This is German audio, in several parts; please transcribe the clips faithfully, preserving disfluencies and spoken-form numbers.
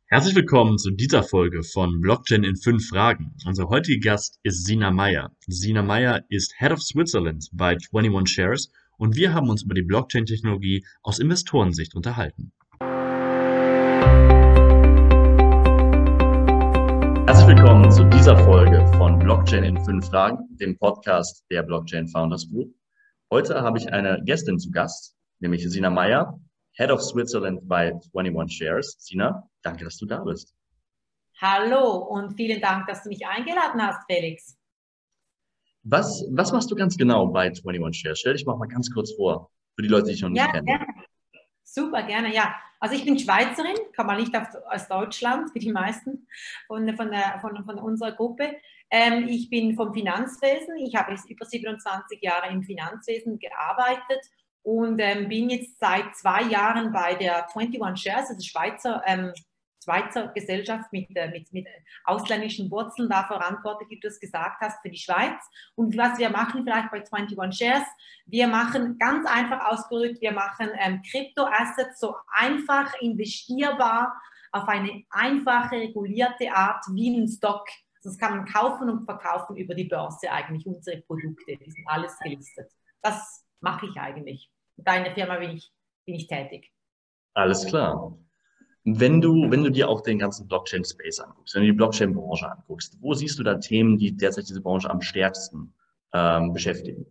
Herzlich willkommen zu dieser Folge von Blockchain in fünf Fragen. Unser heutiger Gast ist Sina Meyer. Sina Meyer ist Head of Switzerland bei einundzwanzig Shares und wir haben uns über die Blockchain-Technologie aus Investorensicht unterhalten. Herzlich willkommen zu dieser Folge von Blockchain in fünf Fragen, dem Podcast der Blockchain Founders Group. Heute habe ich eine Gästin zu Gast, nämlich Sina Meyer, Head of Switzerland bei einundzwanzig Shares. Sina, danke, dass du da bist. Hallo und vielen Dank, dass du mich eingeladen hast, Felix. Was, was machst du ganz genau bei einundzwanzig Shares? Stell dich mal ganz kurz vor, für die Leute, die ich noch nicht Ja, kenne. gerne. Super, gerne, ja. Also ich bin Schweizerin, kann man nicht aus Deutschland, wie die meisten von, von, der, von, von unserer Gruppe. Ähm, ich bin vom Finanzwesen, ich habe jetzt über siebenundzwanzig Jahre im Finanzwesen gearbeitet und ähm, bin jetzt seit zwei Jahren bei der einundzwanzig Shares, also Schweizer ähm, Schweizer Gesellschaft mit, mit, mit ausländischen Wurzeln da verantwortlich, wie du es gesagt hast, für die Schweiz. Und was wir machen vielleicht bei einundzwanzig Shares, wir machen ganz einfach ausgedrückt, wir machen ähm, Kryptoassets so einfach investierbar auf eine einfache, regulierte Art wie ein Stock. Das kann man kaufen und verkaufen über die Börse eigentlich, unsere Produkte, die sind alles gelistet. Das mache ich eigentlich. In deiner Firma bin ich, bin ich tätig. Alles klar. Wenn du, wenn du dir auch den ganzen Blockchain-Space anguckst, wenn du die Blockchain-Branche anguckst, wo siehst du da Themen, die derzeit diese Branche am stärksten ähm, beschäftigen?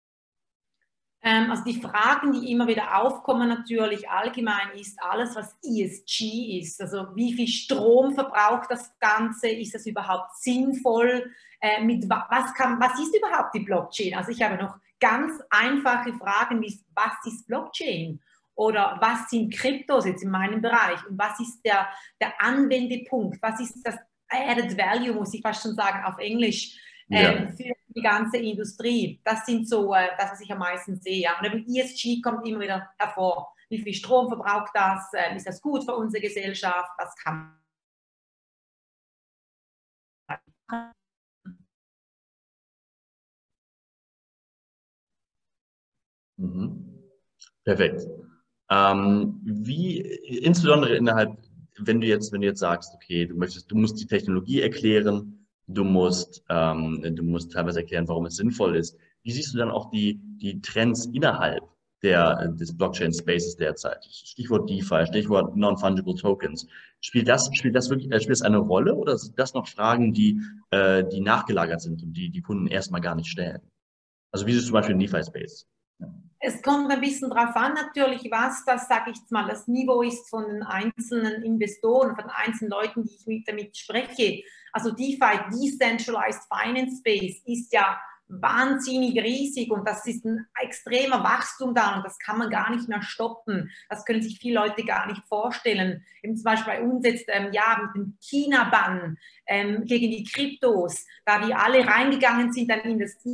Ähm, also die Fragen, die immer wieder aufkommen natürlich allgemein, ist alles, was E S G ist. Also wie viel Strom verbraucht das Ganze? Ist das überhaupt sinnvoll? Äh, mit was, kann, was ist überhaupt die Blockchain? Also ich habe noch ganz einfache Fragen wie, was ist Blockchain? Oder was sind Kryptos jetzt in meinem Bereich? Und was ist der, der Anwendepunkt? Was ist das Added Value, muss ich fast schon sagen, auf Englisch, Ja. ähm, für die ganze Industrie? Das sind so äh, das, was ich am meisten sehe. Ja. Und eben E S G kommt immer wieder hervor. Wie viel Strom verbraucht das? Ähm, ist das gut für unsere Gesellschaft? Was kann man? Mhm. Perfekt. Ähm, wie, insbesondere innerhalb, wenn du jetzt, wenn du jetzt sagst, okay, du möchtest, du musst die Technologie erklären, du musst, ähm, du musst teilweise erklären, warum es sinnvoll ist. Wie siehst du dann auch die, die Trends innerhalb der, des Blockchain-Spaces derzeit? Stichwort DeFi, Stichwort Non-Fungible Tokens. Spielt das, spielt das wirklich, äh, spielt das eine Rolle oder sind das noch Fragen, die, äh, die nachgelagert sind und die die Kunden erstmal gar nicht stellen? Also wie ist es zum Beispiel im DeFi-Space? Ja. Es kommt ein bisschen darauf an, natürlich, was das, sage ich jetzt mal, das Niveau ist von den einzelnen Investoren, von den einzelnen Leuten, die ich mit, damit spreche. Also DeFi, Decentralized Finance Space, ist ja wahnsinnig riesig und das ist ein extremer Wachstum da und das kann man gar nicht mehr stoppen. Das können sich viele Leute gar nicht vorstellen. Eben zum Beispiel bei uns jetzt, ähm, ja, mit dem China-Bann ähm, gegen die Kryptos, da die alle reingegangen sind dann in das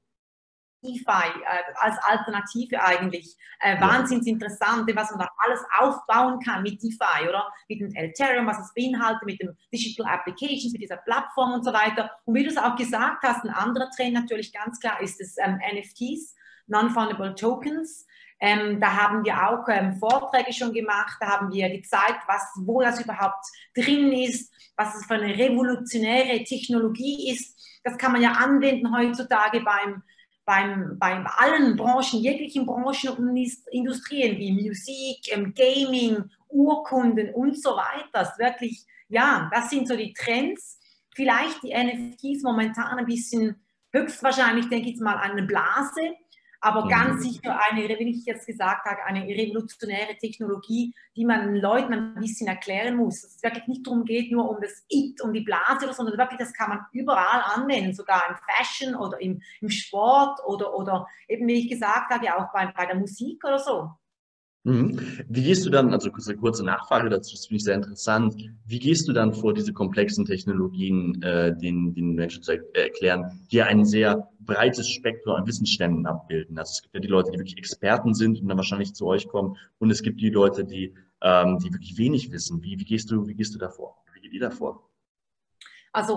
DeFi äh, als Alternative eigentlich. Äh, Ja. wahnsinnig interessant, was man da alles aufbauen kann mit DeFi, oder? Mit dem Ethereum, was es beinhaltet, mit dem Digital Applications, mit dieser Plattform und so weiter. Und wie du es auch gesagt hast, ein anderer Trend natürlich ganz klar ist das ähm, N F Ts, Non-Fungible Tokens. Ähm, da haben wir auch ähm, Vorträge schon gemacht, da haben wir gezeigt, was, wo das überhaupt drin ist, was es für eine revolutionäre Technologie ist. Das kann man ja anwenden heutzutage beim beim, bei allen Branchen, jeglichen Branchen und Industrien wie Musik, Gaming, Urkunden und so weiter. Das ist wirklich, ja, das sind so die Trends. Vielleicht die N F Ts momentan ein bisschen, höchstwahrscheinlich, denke ich jetzt mal, eine Blase, aber ganz Mhm. sicher eine, wie ich jetzt gesagt habe, eine revolutionäre Technologie, die man den Leuten ein bisschen erklären muss. Dass es wirklich nicht darum geht, nur um das It, um die Blase, sondern wirklich, das kann man überall anwenden, sogar im Fashion oder im, im Sport oder, oder eben, wie ich gesagt habe, ja auch bei, bei der Musik oder so. Mhm. Wie gehst du dann, also kurze, kurze Nachfrage dazu, das finde ich sehr interessant. Wie gehst du dann vor, diese komplexen Technologien äh, den, den Menschen zu er erklären, die ja ein sehr breites Spektrum an Wissensständen abbilden? Also es gibt ja die Leute, die wirklich Experten sind und dann wahrscheinlich zu euch kommen, und es gibt die Leute, die, ähm, die wirklich wenig wissen. Wie, wie gehst du, wie gehst du davor? Wie geht ihr davor? Also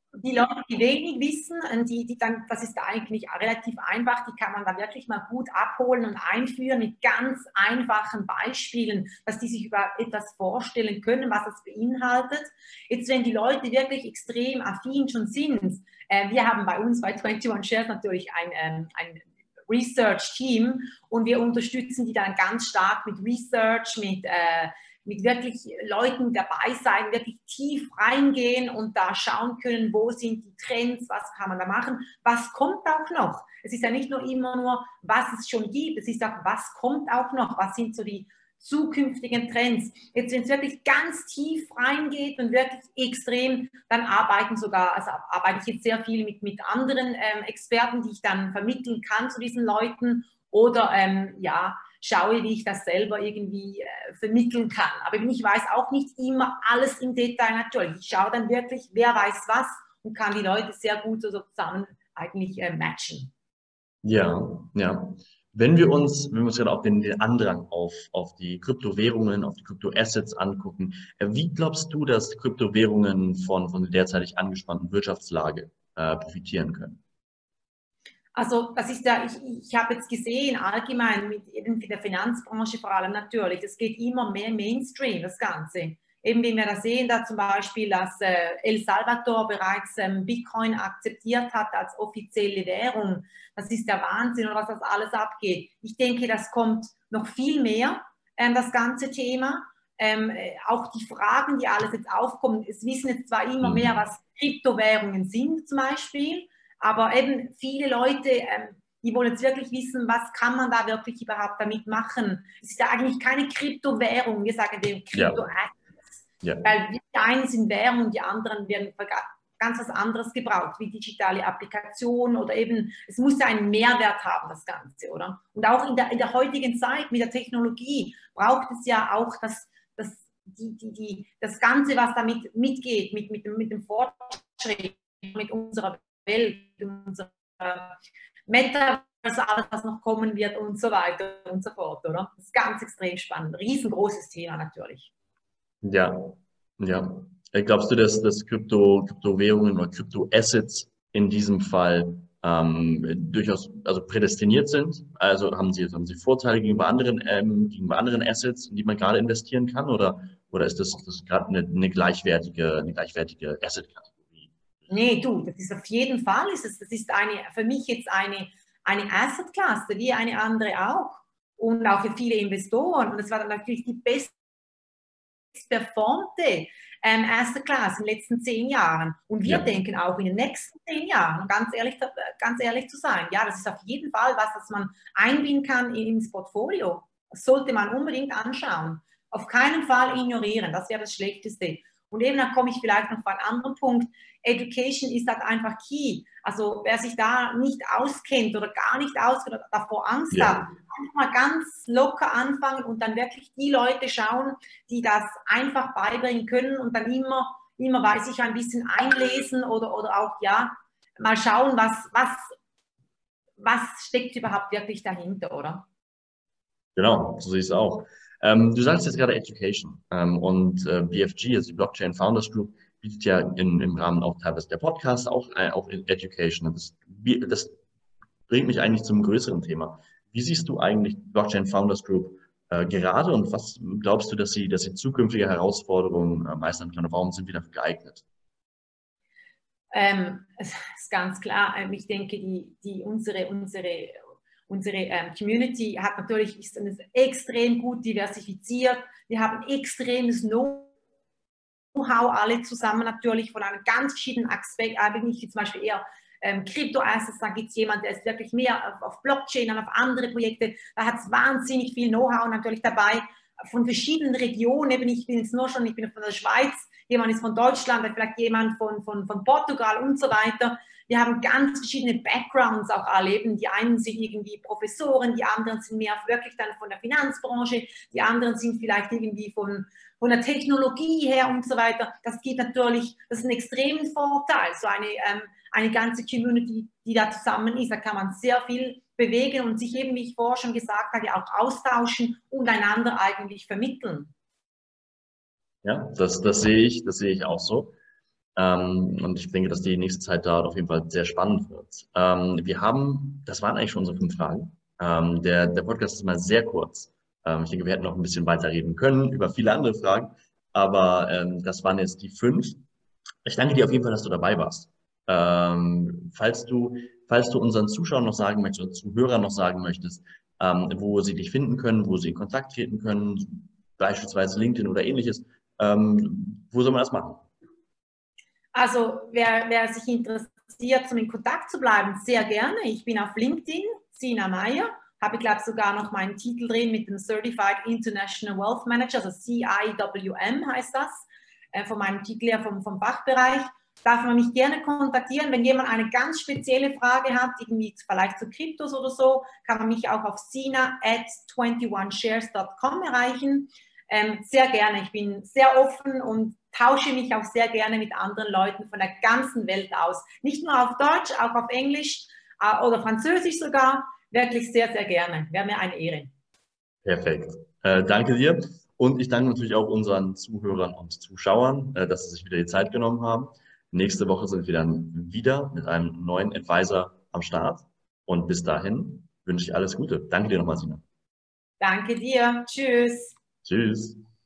die Leute, die wenig wissen, die, die dann, das ist da eigentlich relativ einfach, die kann man da wirklich mal gut abholen und einführen mit ganz einfachen Beispielen, dass die sich über etwas vorstellen können, was es beinhaltet. Jetzt, wenn die Leute wirklich extrem affin schon sind, äh, wir haben bei uns bei einundzwanzig Shares natürlich ein, ähm, ein Research-Team und wir unterstützen die dann ganz stark mit Research, mit äh, mit wirklich Leuten dabei sein, wirklich tief reingehen und da schauen können, wo sind die Trends, was kann man da machen, was kommt auch noch. Es ist ja nicht nur immer nur, was es schon gibt, es ist auch, was kommt auch noch, was sind so die zukünftigen Trends. Jetzt, wenn es wirklich ganz tief reingeht und wirklich extrem, dann arbeiten sogar, also arbeite ich jetzt sehr viel mit, mit anderen ähm, Experten, die ich dann vermitteln kann zu diesen Leuten oder ähm, ja, schaue, wie ich das selber irgendwie äh, vermitteln kann. Aber ich weiß auch nicht immer alles im Detail natürlich. Ich schaue dann wirklich, wer weiß was und kann die Leute sehr gut so zusammen eigentlich äh, matchen. Ja, ja. Wenn wir uns, wenn wir uns gerade auch den, den Andrang auf, auf die Kryptowährungen, auf die Kryptoassets angucken, äh, wie glaubst du, dass Kryptowährungen von, von der derzeitig angespannten Wirtschaftslage äh, profitieren können? Also das ist ja, ich, ich habe jetzt gesehen, allgemein mit eben der Finanzbranche vor allem natürlich, es geht immer mehr Mainstream, das Ganze. Eben wie wir da sehen, da zum Beispiel, dass äh, El Salvador bereits ähm, Bitcoin akzeptiert hat als offizielle Währung. Das ist der Wahnsinn, oder was das alles abgeht. Ich denke, das kommt noch viel mehr, ähm, das ganze Thema. Ähm, äh, auch die Fragen, die alles jetzt aufkommen, es wissen jetzt zwar immer mehr, Mhm. was Kryptowährungen sind zum Beispiel, aber eben viele Leute, ähm, die wollen jetzt wirklich wissen, was kann man da wirklich überhaupt damit machen. Es ist ja eigentlich keine Kryptowährung, wir sagen dem Ja, Kryptoassets, ja, weil die einen sind Währung und die anderen werden für ganz was anderes gebraucht, wie digitale Applikationen oder eben, es muss ja einen Mehrwert haben, das Ganze, oder? Und auch in der, in der heutigen Zeit mit der Technologie braucht es ja auch das, das, die, die, die, das Ganze, was damit mitgeht, mit, mit, dem, mit dem Fortschritt, mit unserer Welt, unser Metaverse, alles, was noch kommen wird und so weiter und so fort, oder? Das ist ganz extrem spannend. Riesengroßes Thema natürlich. ja, ja. Äh, Glaubst du, dass, dass Krypto, Kryptowährungen oder Kryptoassets in diesem Fall ähm, durchaus also prädestiniert sind? Also haben sie, haben sie Vorteile gegenüber anderen, ähm, gegenüber anderen Assets, in die man gerade investieren kann? Oder, oder ist das, das gerade eine, eine gleichwertige, eine gleichwertige Asset-Kategorie? Nee, du, das ist auf jeden Fall, ist es, das ist eine, für mich jetzt eine, eine Asset-Klasse, wie eine andere auch. Und auch für viele Investoren. Und es war dann natürlich die beste performte ähm, Asset Class in den letzten zehn Jahren. Und wir Ja, denken auch in den nächsten zehn Jahren, ganz ehrlich, ganz ehrlich zu sein, ja, das ist auf jeden Fall was, das man einbinden kann ins Portfolio. Das sollte man unbedingt anschauen. Auf keinen Fall ignorieren, das wäre das Schlechteste. Und eben dann komme ich vielleicht noch auf einen anderen Punkt. Education ist halt einfach key. Also wer sich da nicht auskennt oder gar nicht auskennt oder davor Angst ja. hat, einfach mal ganz locker anfangen und dann wirklich die Leute schauen, die das einfach beibringen können und dann immer, immer weiß ich, ein bisschen einlesen oder, oder auch, ja, mal schauen, was, was, was steckt überhaupt wirklich dahinter, oder? Genau, so sehe ich es auch. Ähm, du sagst jetzt gerade Education ähm, und äh, B F G, also die Blockchain Founders Group, bietet ja in, im Rahmen auch teilweise der Podcasts auch, äh, auch in Education. Das, das bringt mich eigentlich zum größeren Thema. Wie siehst du eigentlich Blockchain Founders Group äh, gerade und was glaubst du, dass sie, dass sie zukünftige Herausforderungen äh, meistern können? Warum sind wir dafür geeignet? Ähm, es ist ganz klar, ähm, ich denke, die, die, unsere, unsere, unsere ähm, Community hat natürlich, ist extrem gut diversifiziert. Wir haben extremes Know-how alle zusammen natürlich von einem ganz verschiedenen Aspekt, eigentlich zum Beispiel eher ähm, Krypto-Assets, da gibt es jemanden, der ist wirklich mehr auf, auf Blockchain und auf andere Projekte, da hat es wahnsinnig viel Know-how natürlich dabei von verschiedenen Regionen, eben ich bin jetzt nur schon, ich bin von der Schweiz, jemand ist von Deutschland, vielleicht jemand von, von, von Portugal und so weiter. Wir haben ganz verschiedene Backgrounds auch alle. Eben die einen sind irgendwie Professoren, die anderen sind mehr wirklich dann von der Finanzbranche, die anderen sind vielleicht irgendwie von, von der Technologie her und so weiter. Das gibt natürlich, das ist ein extremen Vorteil, so eine, ähm, eine ganze Community, die da zusammen ist. Da kann man sehr viel bewegen und sich eben, wie ich vorher schon gesagt habe, ja auch austauschen und einander eigentlich vermitteln. Ja, das, das sehe ich, das sehe ich auch so. Ähm, und ich denke, dass die nächste Zeit da auf jeden Fall sehr spannend wird. Ähm, wir haben, das waren eigentlich schon unsere fünf Fragen. Ähm, der, der Podcast ist mal sehr kurz. Ähm, ich denke, wir hätten noch ein bisschen weiter reden können über viele andere Fragen, aber ähm, das waren jetzt die fünf. Ich danke dir auf jeden Fall, dass du dabei warst. Ähm, falls du, falls du unseren Zuschauern noch sagen möchtest oder Zuhörern noch sagen möchtest, ähm, wo sie dich finden können, wo sie in Kontakt treten können, beispielsweise LinkedIn oder ähnliches, ähm, wo soll man das machen? Also wer, wer sich interessiert, um in Kontakt zu bleiben, sehr gerne. Ich bin auf LinkedIn, Sina Meyer, habe, glaube ich, sogar noch meinen Titel drin mit dem Certified International Wealth Manager, also C I W M heißt das, äh, von meinem Titel her vom, vom Fachbereich. Darf man mich gerne kontaktieren, wenn jemand eine ganz spezielle Frage hat, irgendwie vielleicht zu Kryptos oder so, kann man mich auch auf sina at einundzwanzig shares dot com erreichen. Ähm, sehr gerne, ich bin sehr offen und tausche mich auch sehr gerne mit anderen Leuten von der ganzen Welt aus. Nicht nur auf Deutsch, auch auf Englisch äh, oder Französisch sogar. Wirklich sehr, sehr gerne. Wäre mir eine Ehre. Perfekt. Äh, danke dir. Und ich danke natürlich auch unseren Zuhörern und Zuschauern, äh, dass sie sich wieder die Zeit genommen haben. Nächste Woche sind wir dann wieder mit einem neuen Advisor am Start. Und bis dahin wünsche ich alles Gute. Danke dir nochmal, Sina. Danke dir. Tschüss. Tschüss.